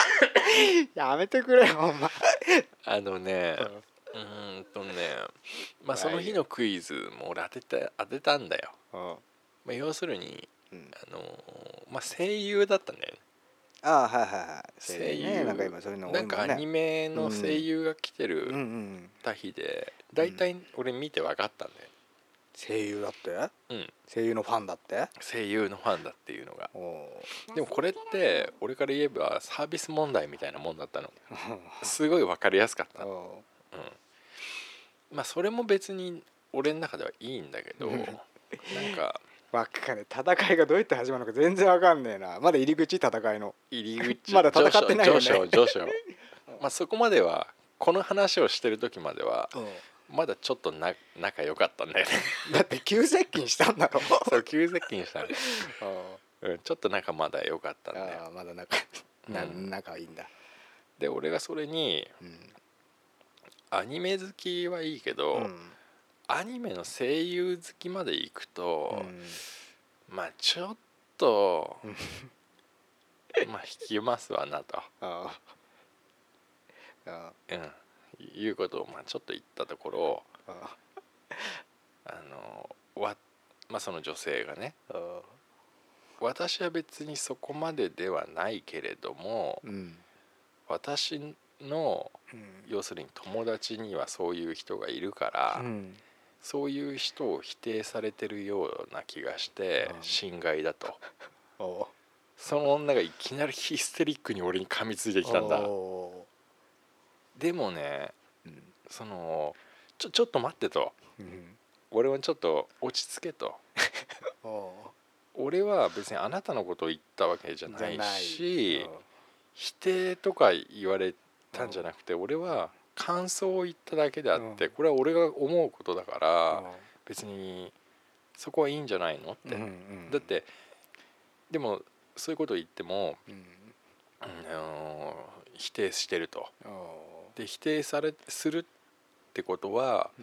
やめてくれよお前。 あのねうーんとねまあその日のクイズも俺当てた当てたんだよ。まあ、要するに、うん、あのまあ声優だったんだよね。 ああはいはいはい。 声優、 ね、なんか今そういうの多いもんね。 なんかアニメの声優が来てるた日で、だいたい俺見て分かったんだよ。 声優だって？ うん。 声優のファンだって？声優のファンだっていうのが。でもこれって俺から言えばサービス問題みたいなもんだったの。すごい分かりやすかった。うん。まあそれも別に俺の中ではいいんだけど、なんか。 わかる。戦いがどうやって始まるのか全然わかんねえな。まだ入り口戦いの入り口まだ戦ってないよね。 上昇上昇まあそこまではこの話をしてる時まではまだちょっとな仲良かったんだよね。 だって急接近したんだろ。 そう急接近したね。うん、ちょっと仲まだ良かったんだよ。 ああまだ仲な仲いいんだ。 で俺がそれに、うん、アニメ好きはいいけど、うん、アニメの声優好きまで行くと、うん、まあちょっとまあ引きますわなとああ、うん、いうことをまあちょっと言ったところああのわ、まあ、その女性がね私は別にそこまでではないけれども、うん、私の、うん、要するに友達にはそういう人がいるから、うんそういう人を否定されてるような気がして心外だと。その女がいきなりヒステリックに俺に噛みついてきたんだ。でもね、うん、そのちょちょっと待ってと、うん、俺はちょっと落ち着けと俺は別にあなたのことを言ったわけじゃないし否定とか言われたんじゃなくて俺は感想を言っただけであって、うん、これは俺が思うことだから、うん、別にそこはいいんじゃないのって、うんうん、だってでもそういうことを言っても、うんあのー、否定してるとで否定されするってことは、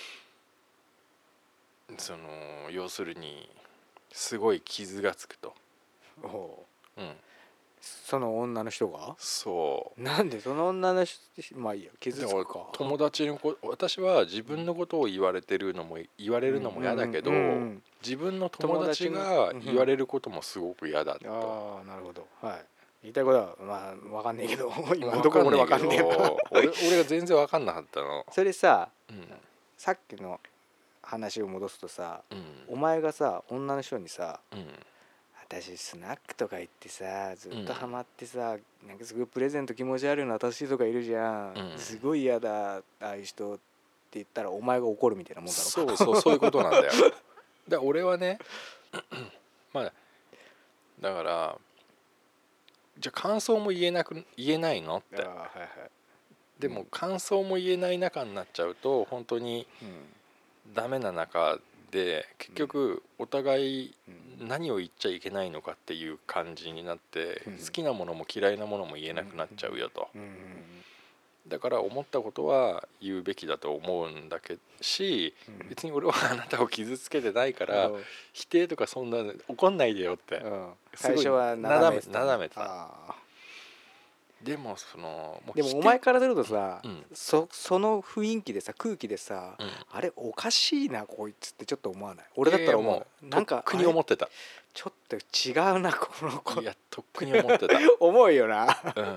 うん、その要するにすごい傷がつくと、 うん、その女の人がそうなんでその女の人まあいいや傷つくか友達の子私は自分のことを言われてるのも言われるのも嫌だけど、うんうんうん、自分の友達が言われることもすごく嫌だと、うん、 ああなるほどはい言いたいことはまあ分かんないけど今のところ俺分かんねえよ俺, 俺が全然分かんなかったのそれさ、うん、さっきの話を戻すとさ、うん、お前がさ女の人にさ、うん私スナックとか行ってさずっとハマってさ、うん、なんかすごいプレゼント気持ち悪いの私とかいるじゃん、うん、すごい嫌だああいう人って言ったらお前が怒るみたいなもんだろそうそうそういうことなんだよだ俺はねまあだからじゃあ感想も言えなく言えないのって、はいはい、でも感想も言えない仲になっちゃうと本当にダメな仲で結局お互い何を言っちゃいけないのかっていう感じになって好きなものも嫌いなものも言えなくなっちゃうよとだから思ったことは言うべきだと思うんだけどし別に俺はあなたを傷つけてないから否定とかそんな怒んないでよって最初はなだめてたでもそのでもお前からするとさ、うん、そ, その雰囲気でさ空気でさ、うん、あれおかしいなこいつってちょっと思わない俺だったら思う、 えー、なんかとっくに思ってたちょっと違うなこの子いやとっくに思ってた思うよな、うん、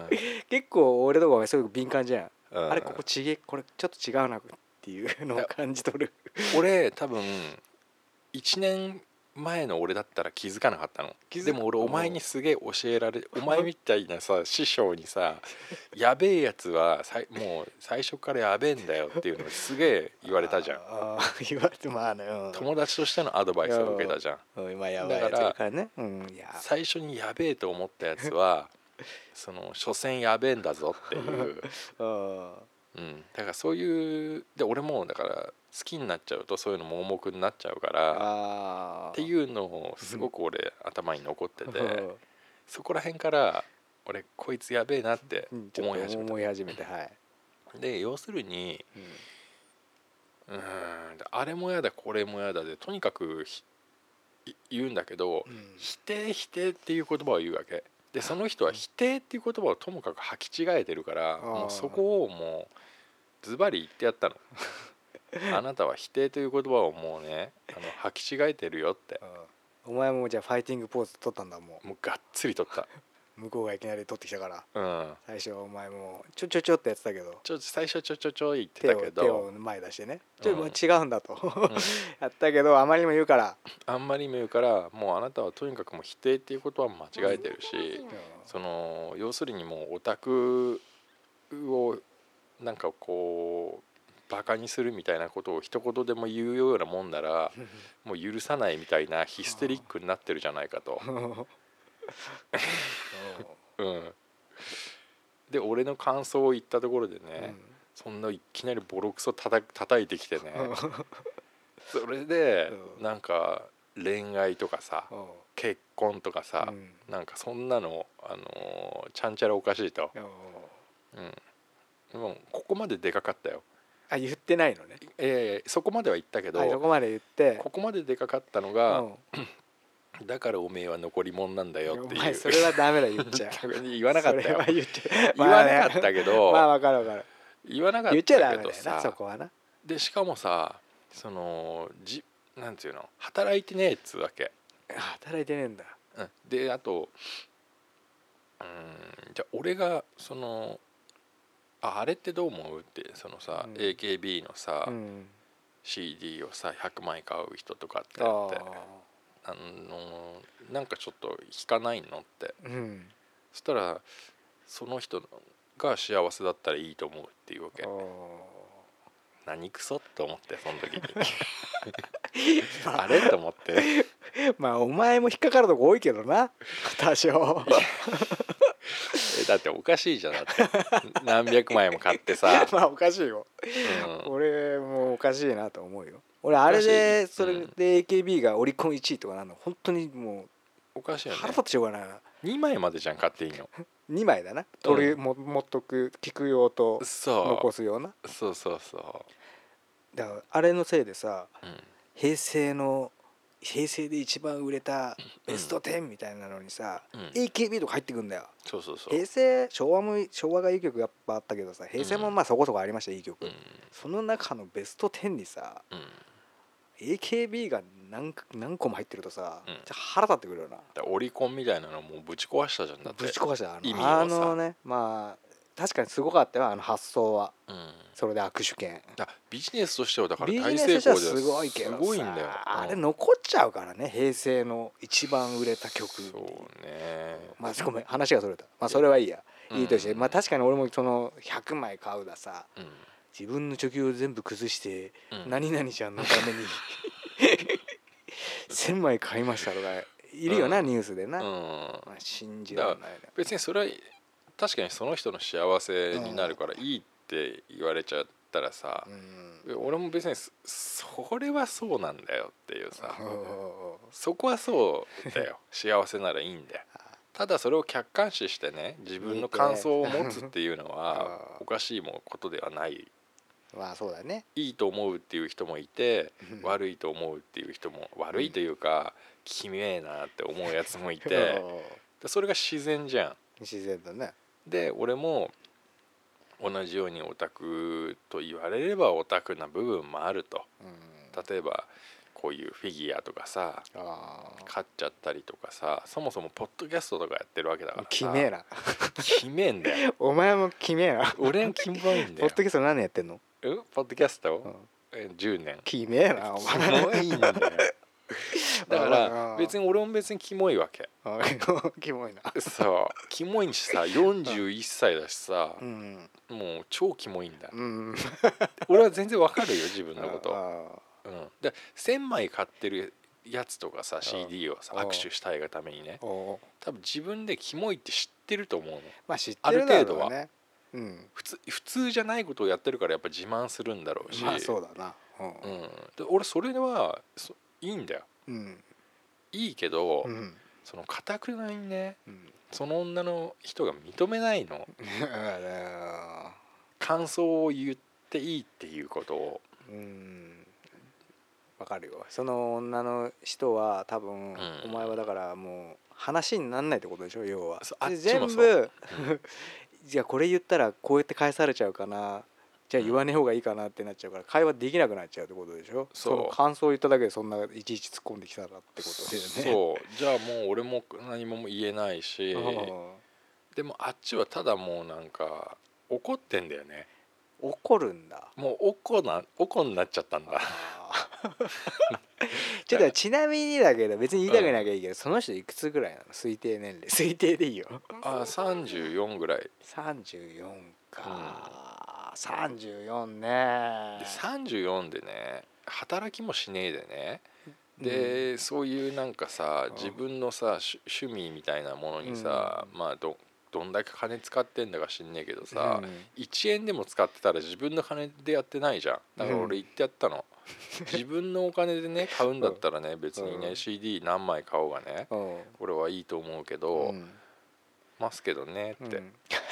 結構俺とかはすごく敏感じゃん、うん、あれここちげこれちょっと違うなっていうのを感じ取る俺多分いちねんまえの俺だったら気づかなかったのでも俺お前にすげえ教えられお前みたいなさ師匠にさやべえやつはさもう最初からやべえんだよっていうのをすげえ言われたじゃんああ言われてまあね、うん、 友達としてのアドバイスを受けたじゃん、 うん、今やばいやつだからね、うん、いや最初にやべえと思ったやつはその所詮やべえんだぞっていううん、だからそういうで俺もだから好きになっちゃうとそういうのも重くなっちゃうからっていうのをすごく俺頭に残ってて、うん、そこら辺から俺こいつやべえなって思い始めた、 思い始めてはいで要するに、うん、うんあれもやだこれもやだでとにかく言うんだけど、うん、否定否定っていう言葉を言うわけでその人は否定っていう言葉をともかく履き違えてるから、もうそこをもうズバリ言ってやったのあなたは否定という言葉をもうねあの履き違えてるよって。 お前もじゃあファイティングポーズ取ったんだ。もうもうがっつり取った向こうがいきなり取ってきたから、 うん、 最初お前もちょちょちょってやってたけど、 ちょ最初ちょちょちょ言ってたけど手を手を前出してね、ちょっとうん違うんだと、うん、やったけどあまりにも言うからあんまりにも言うからもうあなたはとにかくもう否定っていうことは間違えてるし、その要するにもうオタクをなんかこうバカにするみたいなことを一言でも言うようなもんならもう許さないみたいなヒステリックになってるじゃないかとうん、で俺の感想を言ったところでね、うん、そんないきなりボロクソたた叩いてきてねそれでなんか恋愛とかさ結婚とかさ、うん、なんかそんなの、あのー、ちゃんちゃらおかしいと、うん、でもここまででかかったよ。 あ、言ってないのね。 えー、そこまでは言ったけど、 はい、そこまで言ってここまででかかったのが、うんだからおめえは残り物なんだよっていう。 お前それはダメだ言っちゃう言わなかったよ。 言, 言わなかったけど、 まあわかるわかる。 言わなかったけどさ、 言っちゃダメだよなそこはな。 でしかもさ、そのじなんていうの働いてねえっつうわけ。 働いてねえんだ。 うん、であと、うんじゃあ俺がその あ, あれってどう思うってそのさ、うん、エーケービー のさ、うん、シーディー をさひゃくまい買う人とかってあって。あのなんかちょっと引かないのって、うん、そしたらその人が幸せだったらいいと思うっていうわけ。何クソって思ってその時にあれと思ってまあお前も引っかかるとこ多いけどな多少だっておかしいじゃん。だって何百枚も買ってさまあおかしいよ、うん、俺もおかしいなと思うよ。俺あれでそれで エーケービー がオリコンいちいとかなの本当にもうおかしいよね。 腹立ってしょうがないな。 にまいまでじゃん買っていいの。 にまいだな。取り、うん、も持っとく聞く用と残すような。 そうそうそうだからあれのせいでさ、うん、平成の平成で一番売れたベストじゅうみたいなのにさ、うん、エーケービー とか入ってくんだよ。 そうそうそう。 平成昭和も昭和がいい曲やっぱあったけどさ、平成もまあそこそこありましたいい曲、うん、その中のベストじゅうにさ、うん、エーケービー が 何, 何個も入ってるとさ、うん、腹立ってくるよな。 だオリコンみたいなのもうぶち壊したじゃん。だってぶち壊したあの意味をさあのねまあ確かにすごかったよあの発想は、うん、それで握手券だビジネスとしてはだから大成功じゃすごいけどさすごいんだよ、 うん、あれ残っちゃうからね平成の一番売れた曲。 そうね。 まあごめん話がそれた。まあそれはいいや、いいとして、うん、まあ確かに俺もそのひゃくまい買うださ、うん、自分の貯金を全部崩して、うん、何々ちゃんのためにせんまい買いましたとかいるよな、うん、ニュースでな、うんまあ、信じられないな。 別にそれは確かにその人の幸せになるからいいって言われちゃったらさ、うん、俺も別にそれはそうなんだよっていうさ、そこはそうだよ幸せならいいんだよ。ただそれを客観視してね自分の感想を持つっていうのはおかしいもことではない。 まあそうだね。 いいと思うっていう人もいて悪いと思うっていう人も悪いというかきめえなって思うやつもいてそれが自然じゃん。 自然だね。 で俺も同じようにオタクと言われればオタクな部分もあると、うん、例えばこういうフィギュアとかさ買っちゃったりとかさそもそもポッドキャストとかやってるわけだからさキメえなキメえんだよお前もキメえな俺もキモいんだよポッドキャスト何年やってんの。 うんポッドキャスト、うん、じゅうねん。 キメえなお前キモいんだよだから別に俺も別にキモいわけ。 キモいな。 そうキモいしさよんじゅういっさいだしさ、うん、もう超キモいんだ、うん、俺は全然わかるよ自分のこと、うん、でせんまい買ってるやつとかさ シーディー をさ握手したいがためにね多分自分でキモいって知ってると思うの、 まあ、知ってるだろうね。ある程度は、 うん、普通、普通じゃないことをやってるからやっぱ自慢するんだろうし、 まあそうだな、うんうん、で俺それはそいいんだよ、うん、いいけど、うん、その固くないね、うん、その女の人が認めないの感想を言っていいっていうことを、うん、 わかるよ。その女の人は多分、 うん、 お前はだからもう話にならないってことでしょ、要は。 あっち全もそう、 部うん、 じゃあこれ言ったらこうやって返されちゃうかな、じゃあ言わねえ方がいいかなってなっちゃうから会話できなくなっちゃうってことでしょ。 そう、 その感想を言っただけでそんないちいち突っ込んできたらってことでね。 そうじゃあもう俺も何も言えないしでもあっちはただもうなんか怒ってんだよね。 怒るんだ。 もう怒な怒になっちゃったんだちょっとちなみにだけど別に言いたくなきゃいいけど、うん、その人いくつぐらいなの推定年齢。推定でいいよ。 あさんじゅうよんぐらい。 さんじゅうよんか、うん、さんじゅうよんね。 でさんじゅうよんでね働きもしねえでねで、うん、そういうなんかさ自分のさ趣味みたいなものにさ、うん、まあどどんだけ金使ってんだか知んねえけどさ、うん、いちえんでも使ってたら自分の金でやってないじゃん。だから俺言ってやったの、うん、自分のお金でね買うんだったらね別にね、うん、シーディー 何枚買おうがね、うん、俺はいいと思うけど、うん、ますけどねって、うん、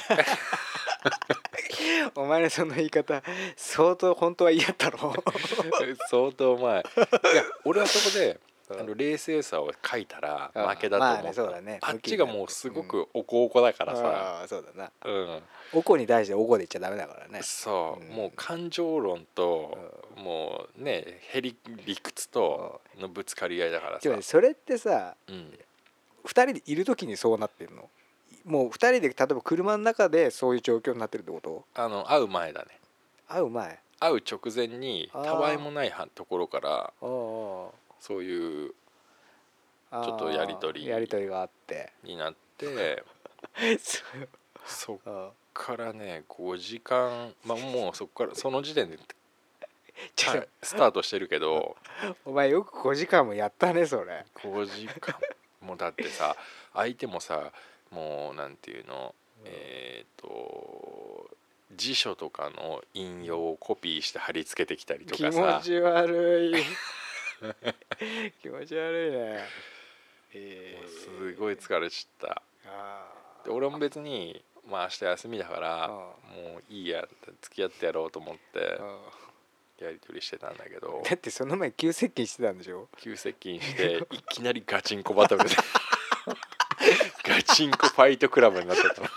お前のその言い方相当本当は嫌だろ相当前いや俺はそこであの冷静さを書いたら負けだと思った、まあねそうだね、あっちがもうすごくおこおこだからさ、うん、 あそうだな、 うん、 おこに対しておこで言っちゃダメだからね。 そう、うん、もう感情論と、うん、もうねへり理屈とのぶつかり合いだからさ。 それってさ、うん、ふたりでいる時にそうなってんの？もうふたりで例えば車の中でそういう状況になってるってこと？ あの会う前だね。 会う前？ 会う直前にたわいもないところからそういうちょっとやり取りやり取りがあってになってそっからねごじかん、まあもうそっからその時点でスタートしてるけどお前よくごじかんもやったねそれ。 ごじかんもうだってさ相手もさもうなんていうの、えっと辞書とかの引用をコピーして貼り付けてきたりとかさ。 気持ち悪い気持ち悪いね、 えー、すごい疲れちった。あで俺も別にまあ明日休みだからもういいや付き合ってやろうと思ってやり取りしてたんだけど、 だってその前急接近してたんでしょ。 急接近していきなりガチンコバトルでガチンコファイトクラブになっちゃったの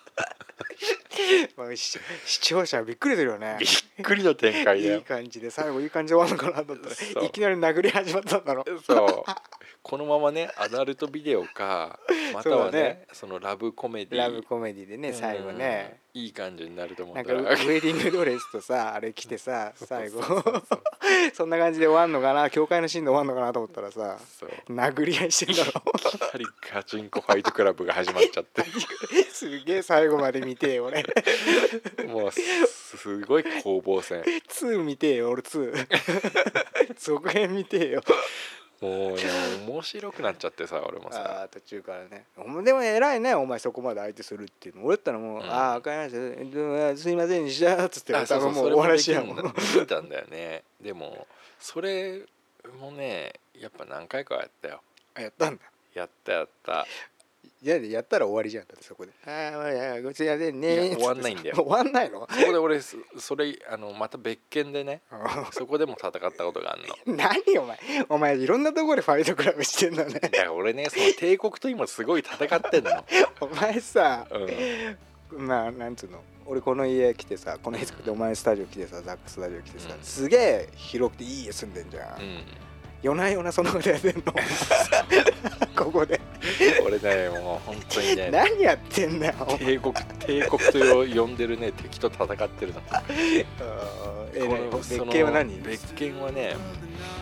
まあ、視聴者はびっくりするよね。 びっくりの展開だよ。 いい感じで最後いい感じで終わるのかなと思ったらいきなり殴り始まったんだろ。 そうこのままねアダルトビデオかまたは ね, ねそのラブコメディラブコメディでね最後ねいい感じになると思ったらなんかウェディングドレスとさあれ着てさ最後そんな感じで終わんのかな教会のシーンで終わんのかなと思ったらさ殴り合いしてんだろ。 いきなりガチンコファイトクラブが始まっちゃってすげえ最後まで見てよ俺もうすごい攻防戦ツー見てよ俺ツー続編見てよもうね面白くなっちゃってさ俺もさあ途中からねでも偉いねお前そこまで相手するっていうの俺だったらもう、うん、ああ分かりましたすいませんでしたっつって多分もう終わらしやもん見たんだよね。でもそれもねやっぱ何回かやったよ。 あやったんだ。 やったやったいややったら終わりじゃんだってそこでああいやごちそうさまね終わんないんだよ終わんないのそこで俺それあのまた別件でねそこでも戦ったことがあるの何お前お前いろんなところでファイトクラブしてんだね。 いや俺ねその帝国と今すごい戦ってんのお前さ、うん、まあなんつうの俺この家来てさこの家作ってお前スタジオ来てさザックスタジオ来てさ、うん、すげえ広くていい家住んでんじゃん、うん夜な夜なそのことやってんのここで俺ねもう本当にね何やってんだよ帝国帝国と呼んでるね敵と戦ってるの。 えー、別件は何？ 別件はね